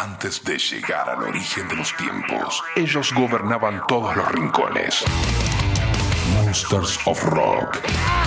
Antes de llegar al origen de los tiempos, ellos gobernaban todos los rincones. Monsters of Rock.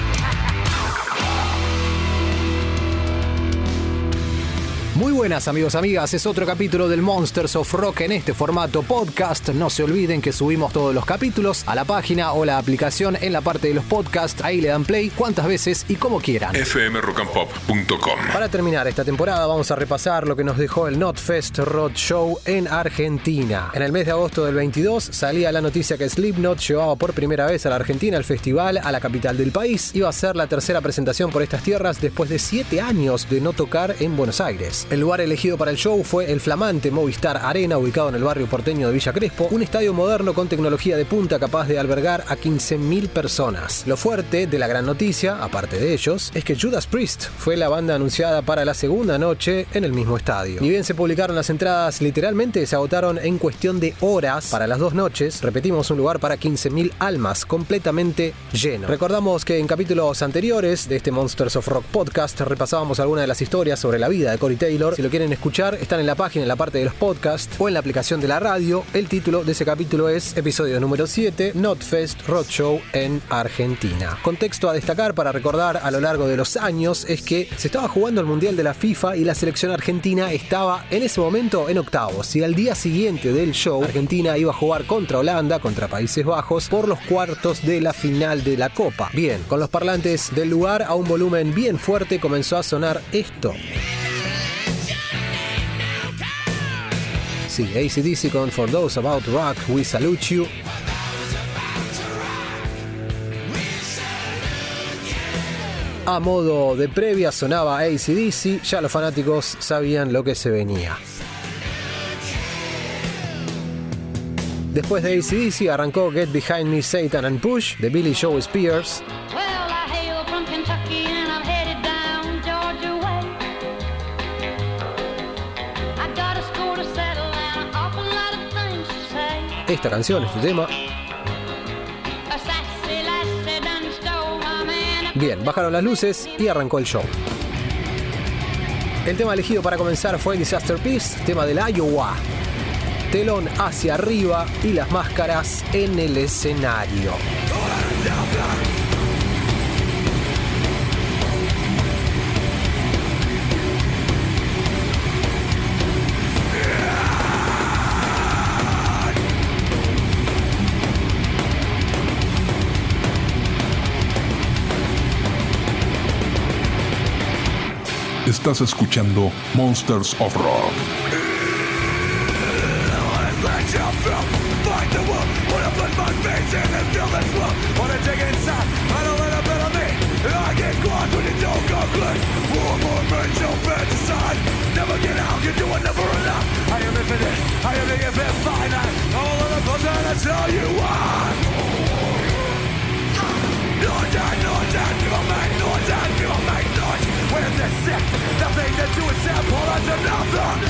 Muy buenas amigos, amigas, es otro capítulo del Monsters of Rock en este formato podcast. No se olviden que subimos todos los capítulos a la página o la aplicación en la parte de los podcasts. Ahí le dan play cuantas veces y como quieran. fmrockandpop.com. Para terminar esta temporada vamos a repasar lo que nos dejó el Knotfest Road Show en Argentina. En el mes de agosto del 22 salía la noticia que Slipknot llevaba por primera vez a la Argentina el festival a la capital del país. Iba a ser la tercera presentación por estas tierras después de 7 años de no tocar en Buenos Aires. El lugar elegido para el show fue el flamante Movistar Arena, ubicado en el barrio porteño de Villa Crespo, un estadio moderno con tecnología de punta capaz de albergar a 15.000 personas. Lo fuerte de la gran noticia, aparte de ellos, es que Judas Priest fue la banda anunciada para la segunda noche en el mismo estadio. Ni bien se publicaron las entradas, literalmente se agotaron en cuestión de horas para las 2 noches. Repetimos, un lugar para 15.000 almas, completamente lleno. Recordamos que en capítulos anteriores de este Monsters of Rock podcast repasábamos algunas de las historias sobre la vida de Corey Taylor. Si lo quieren escuchar, están en la página, en la parte de los podcasts o en la aplicación de la radio. El título de ese capítulo es episodio número 7, Knotfest Road Show en Argentina. Contexto a destacar para recordar a lo largo de los años es que se estaba jugando el Mundial de la FIFA y la selección argentina estaba en ese momento en octavos. Y al día siguiente del show, Argentina iba a jugar contra Holanda, contra Países Bajos, por los cuartos de la final de la Copa. Bien, con los parlantes del lugar a un volumen bien fuerte comenzó a sonar esto. Sí, AC/DC con For Those About Rock, We Salute You. A modo de previa sonaba AC/DC, ya los fanáticos sabían lo que se venía. Después de AC/DC arrancó Get Behind Me, Satan and Push, de Billy Joe Spears. Esta canción, este tema. Bien, bajaron las luces y arrancó el show. El tema elegido para comenzar fue Disaster Piece, tema del Iowa. Telón hacia arriba y las máscaras en el escenario. Estás escuchando Monsters of Rock. When they're sick, nothing to do is sample unto nothing.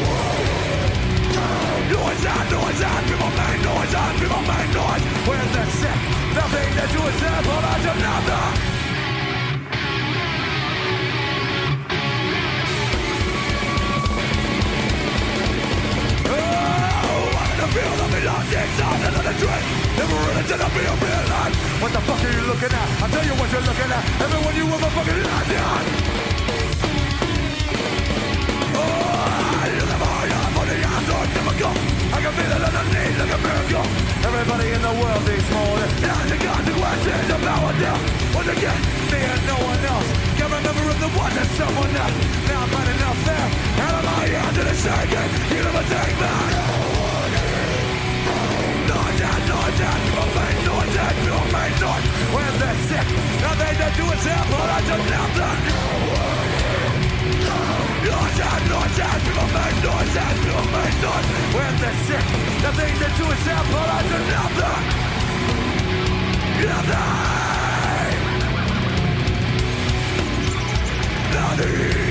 Noise and people make noise and people make noise. When they're sick, nothing to do is sample unto nothing. Oh, I'm in the field of me lost inside another drink. Never really did I be a real life. What the fuck are you looking at? I'll tell you what you're looking at. Everyone you ever fucking lied behind. I can feel it underneath like a miracle. Everybody in the world needs more than the consequences of power down. Once again, me and no one else can remember if there wasn't someone else. Now I'm finding out there. Out of my hands and it's shaking. You never take back. Noise and people make noise and people make noise. When they're sick, nothing to do is sample unto nothing. Noise and people make noise and people make noise. When they're sick, nothing to do is sample unto nothing. Nothing.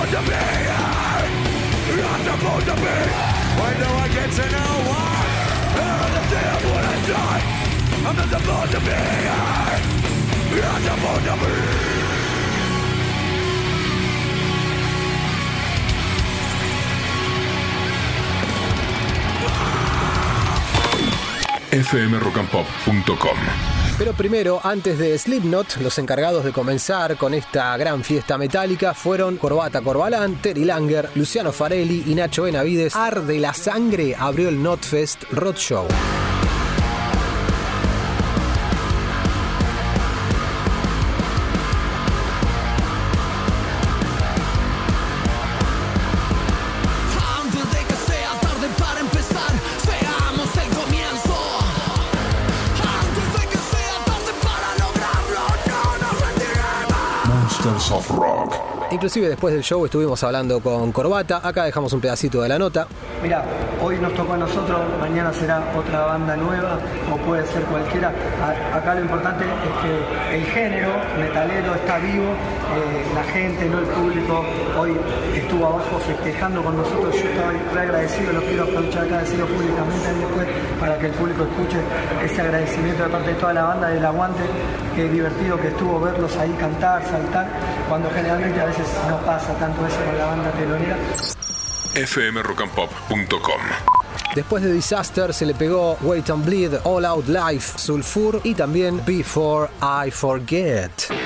supposed to be here. You're not supposed to be. When do I get to know why? I'm the day of what I die. I'm not supposed to be here. You're not supposed to be. fmrockandpop.com. Pero primero, antes de Slipknot, los encargados de comenzar con esta gran fiesta metálica fueron Corbata Corbalán, Terry Langer, Luciano Farelli y Nacho Benavides. Arde la Sangre abrió el Knotfest Roadshow. Of Rock. Inclusive después del show estuvimos hablando con Corbata. Acá dejamos un pedacito de la nota. Mirá, hoy nos tocó a nosotros, mañana será otra banda nueva o puede ser cualquiera. Acá lo importante es que el género metalero está vivo, la gente, no el público, hoy estuvo abajo festejando con nosotros. Yo estaba re agradecido, lo quiero aprovechar acá, decirlo públicamente ahí después para que el público escuche ese agradecimiento de parte de toda la banda del aguante. Qué divertido que estuvo verlos ahí cantar, saltar, cuando generalmente a veces no pasa tanto eso con la banda telonera. fmrockandpop.com. Después de Disaster se le pegó Wait and Bleed, All Out Life, Sulfur y también Before I Forget.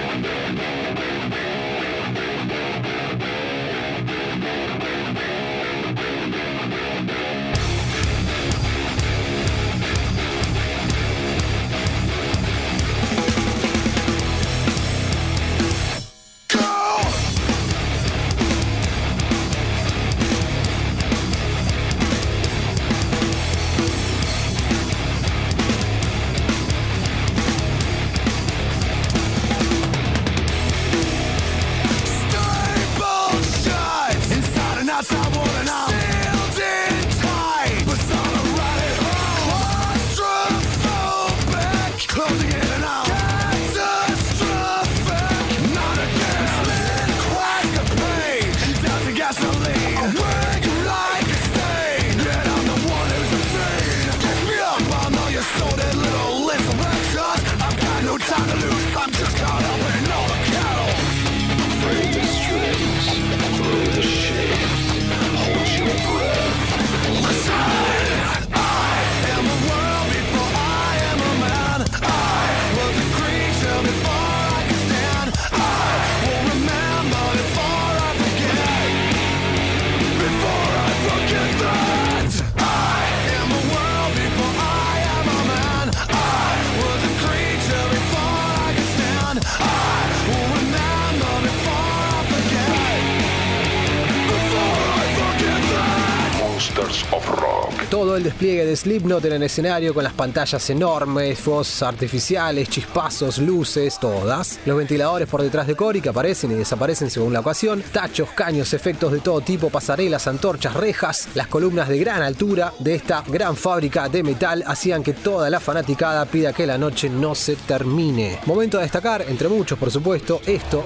Todo el despliegue de Slipknot en el escenario con las pantallas enormes, fuegos artificiales, chispazos, luces, todas. Los ventiladores por detrás de Cory que aparecen y desaparecen según la ocasión. Tachos, caños, efectos de todo tipo, pasarelas, antorchas, rejas. Las columnas de gran altura de esta gran fábrica de metal hacían que toda la fanaticada pida que la noche no se termine. Momento a destacar, entre muchos por supuesto, esto.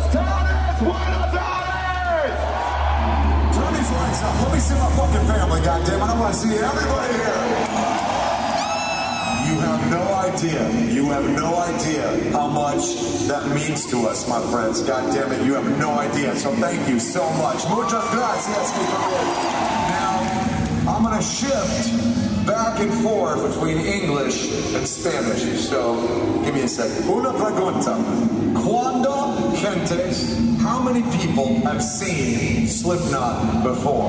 Let me see my fucking family, goddammit. I want to see everybody here. You have no idea how much that means to us, my friends. Goddammit, you have no idea. So thank you so much. Muchas gracias. Now, I'm going to shift back and forth between English and Spanish. So, give me a second. Una pregunta. Cuando gentes, how many people have seen Slipknot before?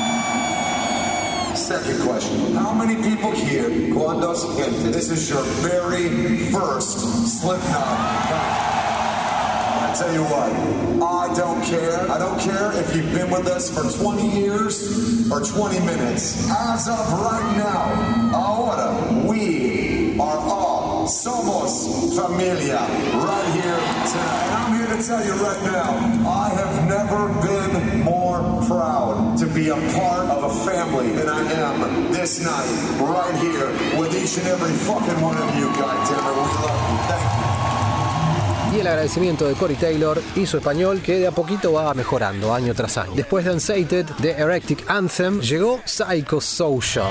Second question. How many people here, cuantos gente, this is your very first Slipknot concert? I tell you what, I don't care. I don't care if you've been with us for 20 years or 20 minutes. As of right now, ahora, we are all somos familia right here tonight. And I'm here to tell you right now, I have never been more proud to be a part of a family than I am this night, right here with each and every fucking one of you. God damn it, we love you. Thank you. y el agradecimiento de Corey Taylor y su español, que de a poquito va mejorando año tras año. Después de Unsated, The Erectic Anthem, llegó Psychosocial.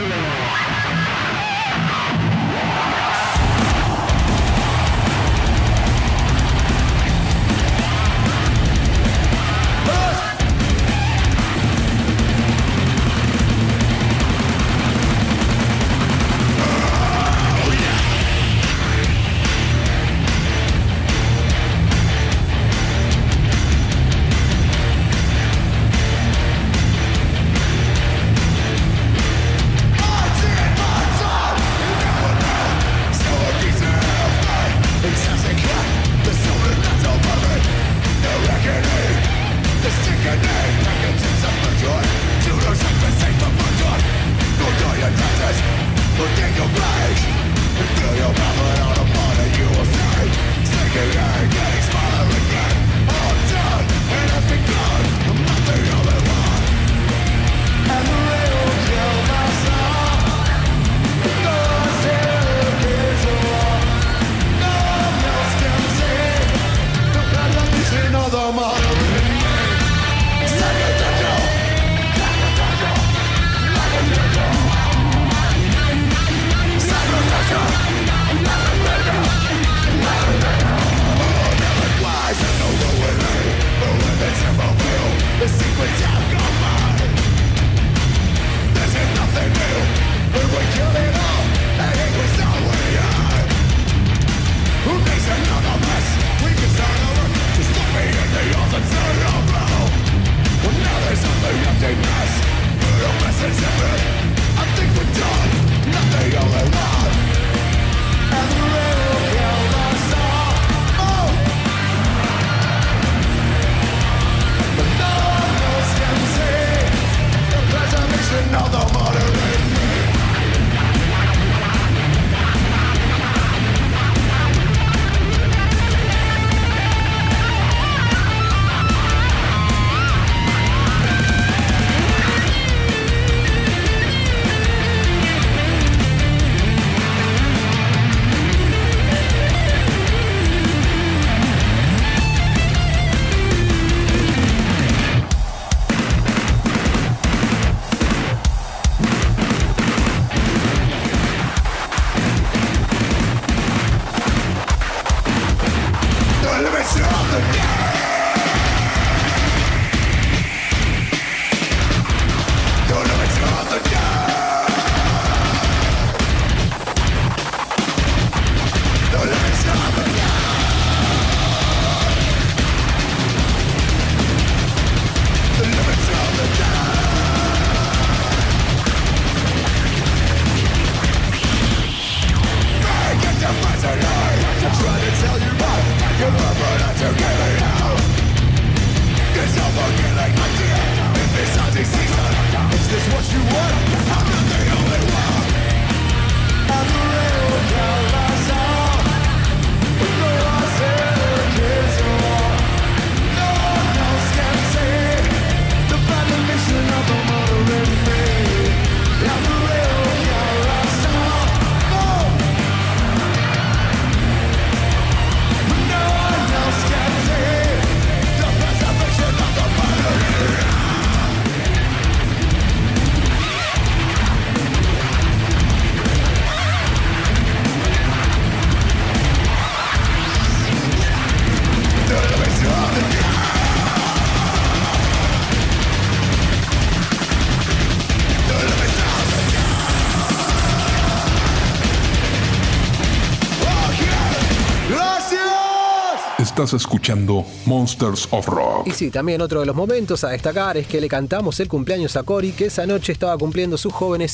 Estás escuchando Monsters of Rock. Y sí, también otro de los momentos a destacar es que le cantamos el cumpleaños a Corey, que esa noche estaba cumpliendo sus jóvenes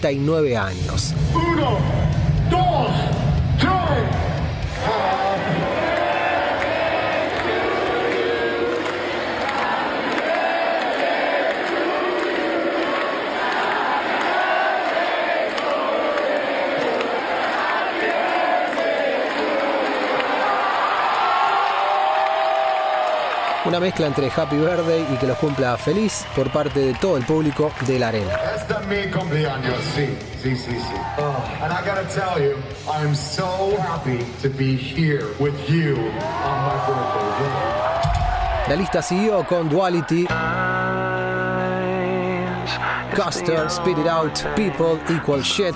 49 años. 1, 2, 3. Una mezcla entre Happy Birthday y que los cumpla feliz por parte de todo el público de la arena. Este es mi cumpleaños, sí. And I gotta tell you, I'm so happy to be here with you on my birthday. La lista siguió con Duality, Custer, Spit It Out, People Equal Shit,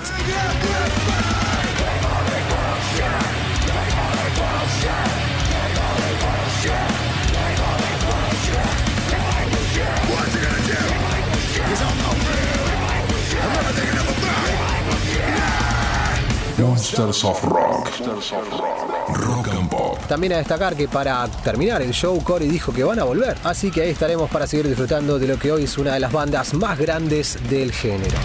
Monsters of Rock. Rock and Pop. También a destacar que para terminar el show, Corey dijo que van a volver. Así que ahí estaremos para seguir disfrutando de lo que hoy es una de las bandas más grandes del género.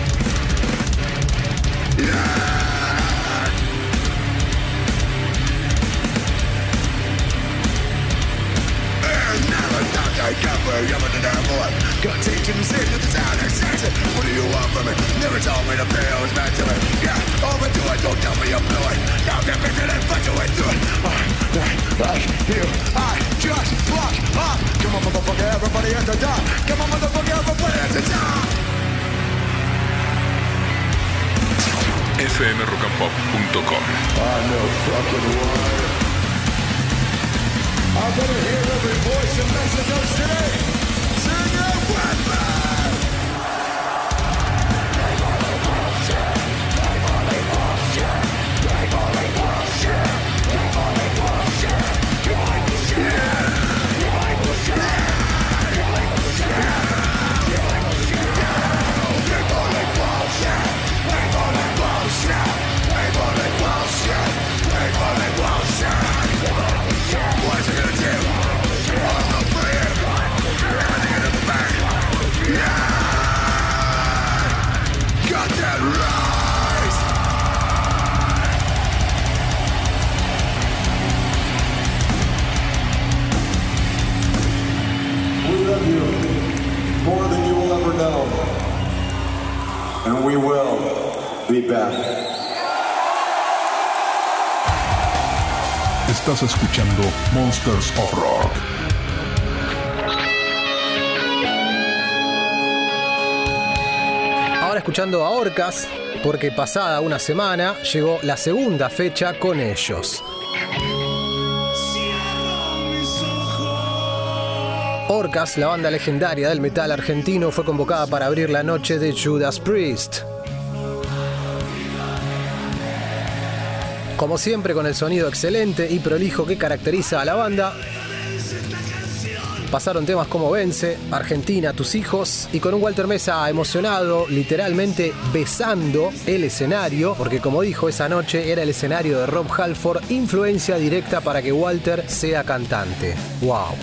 fmrockandpop.com. I better hear every voice in Mexico City. Sing it with me! What's it gonna do? I'm not playing. Everything in the back. Yeah! Got that right! We love you more than you will ever know. And we will be back. Estás escuchando Monsters of Rock. Ahora escuchando a Orcas, porque pasada una semana llegó la segunda fecha con ellos. Orcas, la banda legendaria del metal argentino, fue convocada para abrir la noche de Judas Priest. Como siempre, con el sonido excelente y prolijo que caracteriza a la banda, pasaron temas como Vence, Argentina, Tus Hijos, y con un Walter Meza emocionado, literalmente besando el escenario, porque como dijo, esa noche era el escenario de Rob Halford, influencia directa para que Walter sea cantante. ¡Wow!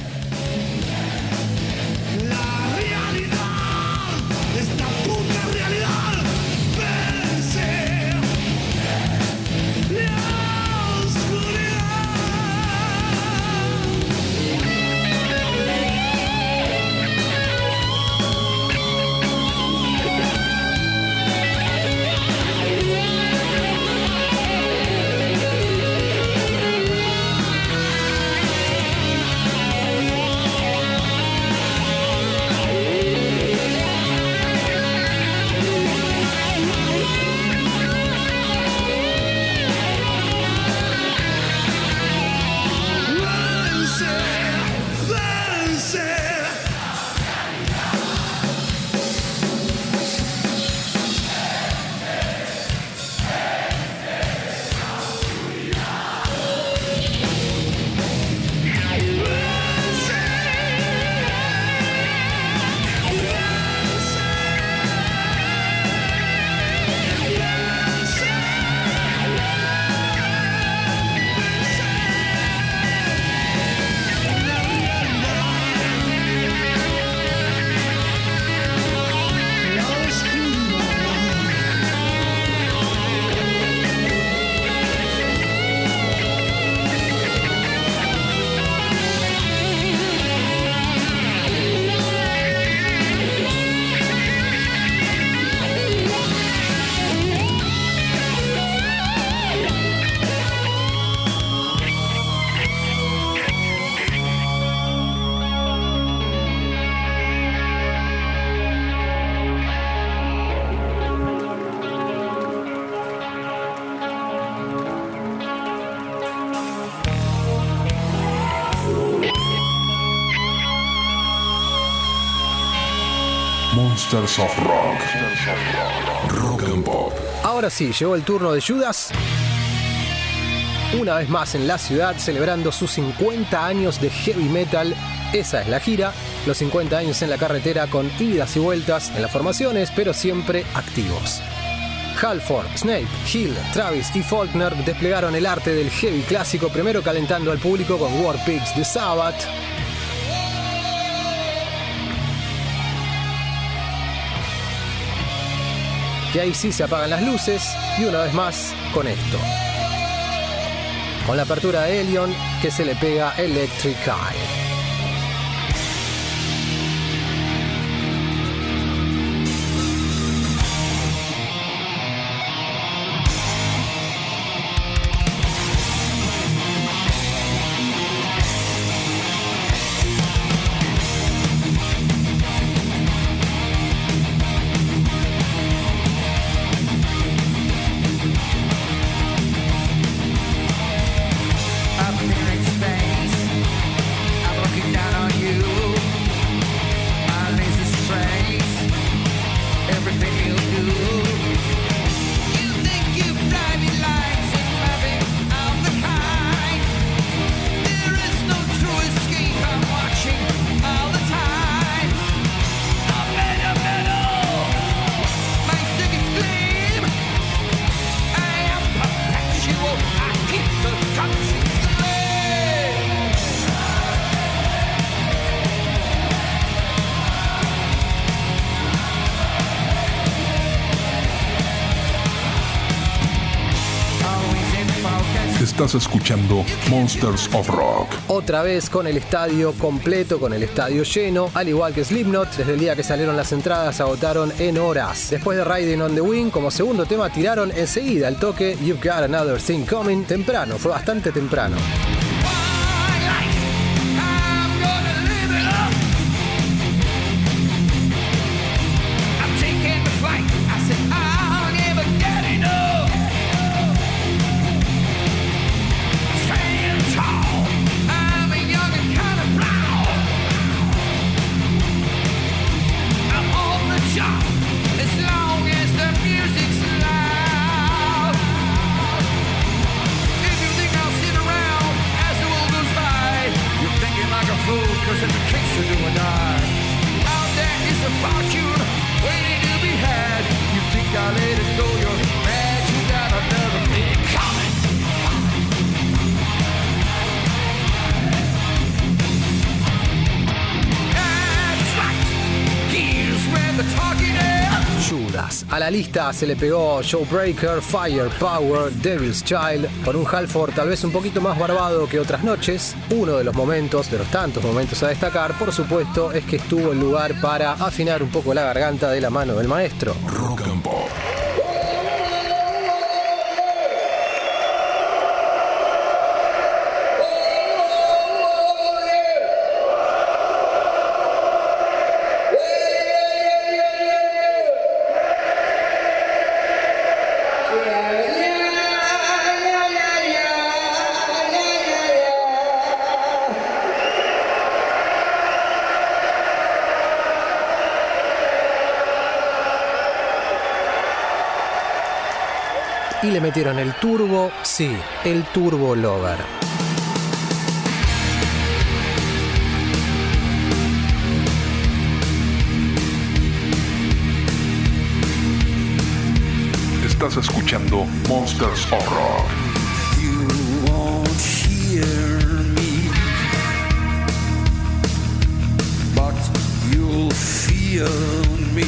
Monsters of Rock. Rock and Pop. Ahora sí, llegó el turno de Judas. Una vez más en la ciudad, celebrando sus 50 años de heavy metal. Esa es la gira. Los 50 años en la carretera con idas y vueltas en las formaciones, pero siempre activos. Halford, Snape, Hill, Travis y Faulkner desplegaron el arte del heavy clásico, primero calentando al público con War Pigs de Sabbath. Y ahí sí se apagan las luces, y una vez más con esto. Con la apertura de Hellion, que se le pega Electric Eye. Estás escuchando Monsters of Rock. Otra vez con el estadio completo, con el estadio lleno, al igual que Slipknot. Desde el día que salieron las entradas se agotaron en horas. Después de Riding on the Wind, como segundo tema tiraron enseguida el toque You've Got Another Thing Coming. Temprano, fue bastante temprano. Judas. A la lista se le pegó Showbreaker, Firepower, Devil's Child, con un Halford tal vez un poquito más barbado que otras noches. Uno de los momentos, de los tantos momentos a destacar, por supuesto, es que estuvo en lugar para afinar un poco la garganta de la mano del maestro. Rock and Pop. Y le metieron el turbo, sí, el Turbo Lover. Estás escuchando Monsters of Rock. You won't hear me, but you'll feel me.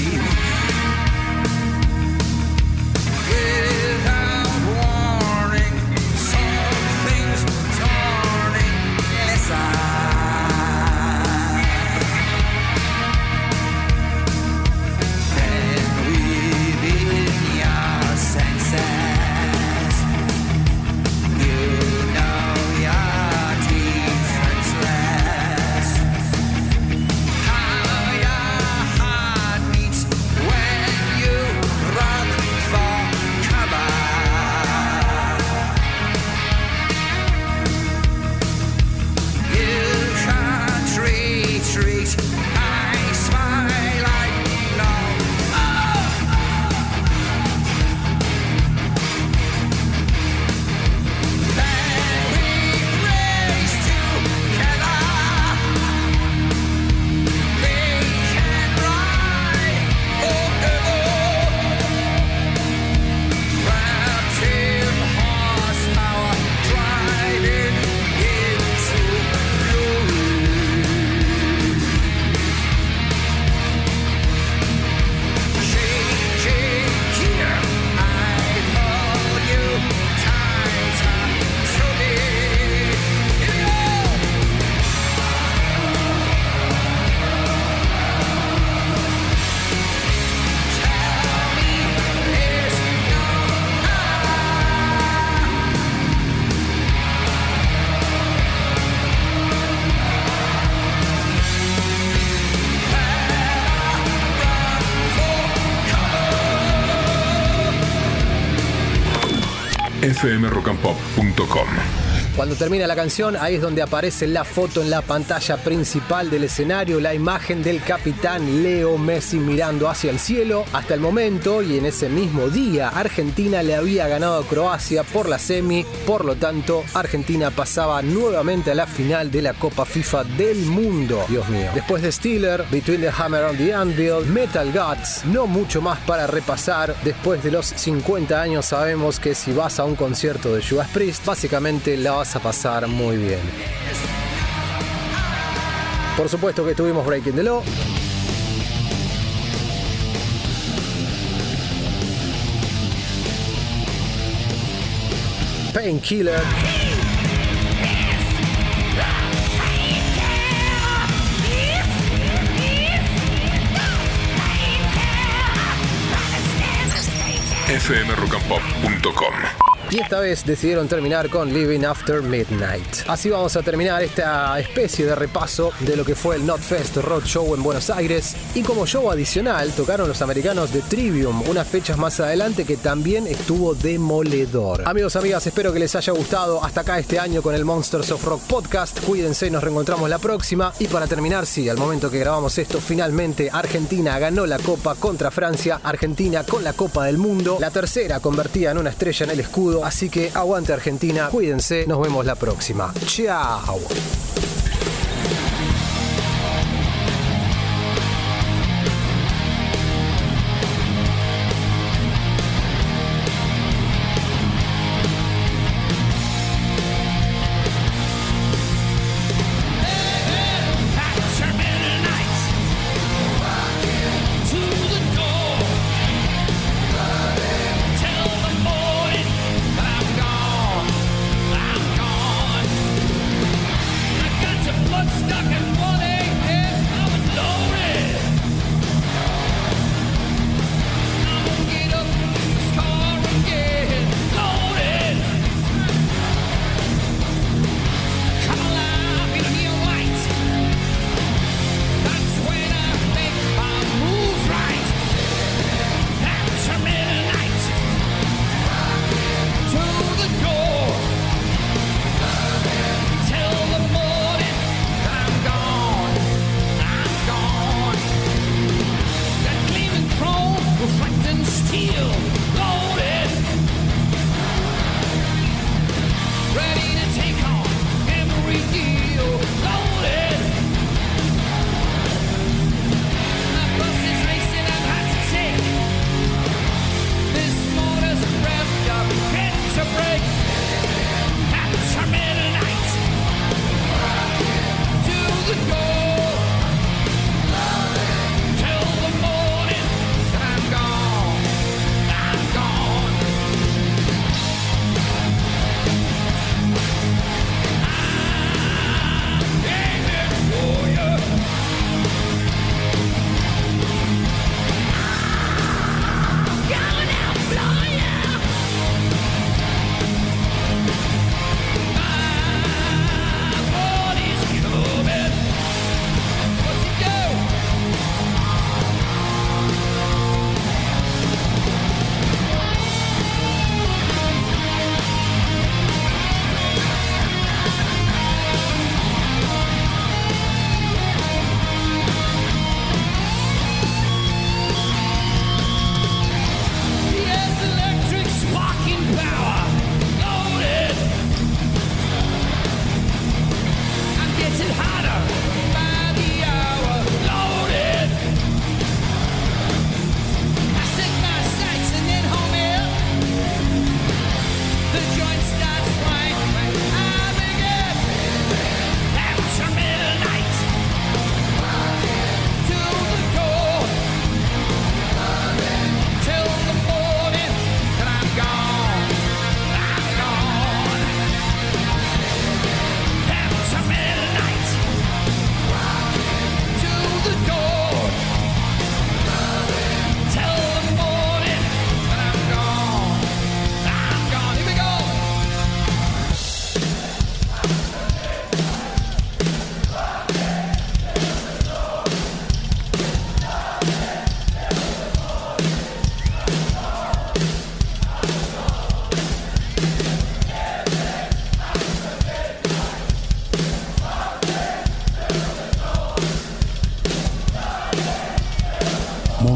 fmrockandpop.com. Cuando termina la canción, ahí es donde aparece la foto en la pantalla principal del escenario, la imagen del capitán Leo Messi mirando hacia el cielo. Hasta el momento y en ese mismo día, Argentina le había ganado a Croacia por la semi, por lo tanto, Argentina pasaba nuevamente a la final de la Copa FIFA del Mundo. Dios mío. Después de Steeler, Between the Hammer and the Anvil, Metal Gods, no mucho más para repasar. Después de los 50 años sabemos que si vas a un concierto de Judas Priest, básicamente la vas a pasar muy bien. Por supuesto que tuvimos Breaking the Law. Painkiller. fmrockandpop.com. Y esta vez decidieron terminar con Living After Midnight. Así vamos a terminar esta especie de repaso de lo que fue el Knotfest Rock Show en Buenos Aires. Y como show adicional tocaron los americanos de Trivium unas fechas más adelante que también estuvo demoledor. Amigos, amigas, espero que les haya gustado hasta acá este año con el Monsters of Rock Podcast. Cuídense, nos reencontramos la próxima. Y para terminar, sí, al momento que grabamos esto, finalmente Argentina ganó la Copa contra Francia. Argentina con la Copa del Mundo. La tercera convertida en una estrella en el escudo. Así que aguante Argentina, cuídense, nos vemos la próxima. Chao. I'm gone.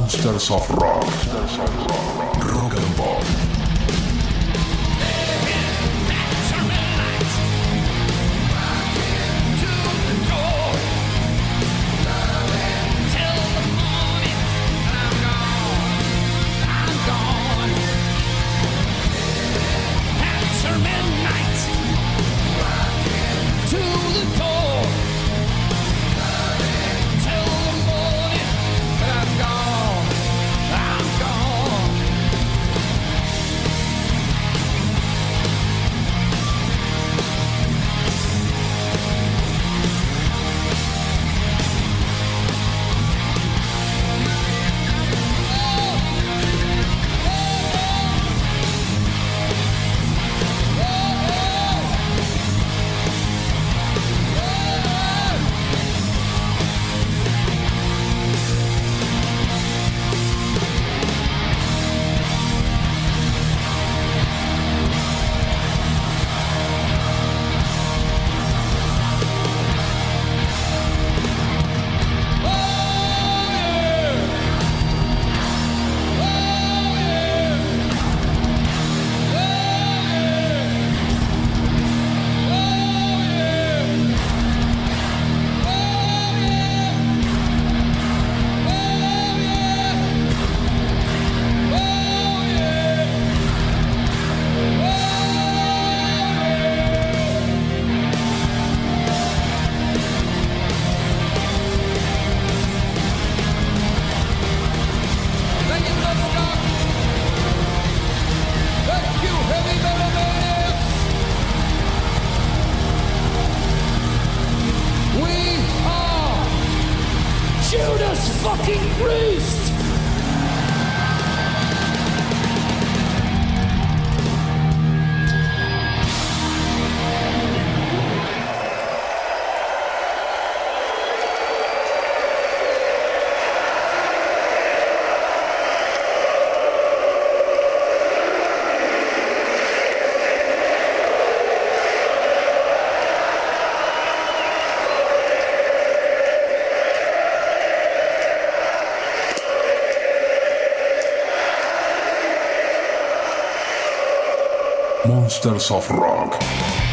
Monsters of Rock. Rock and Pop. Judas fucking Priest! Monsters of Rock.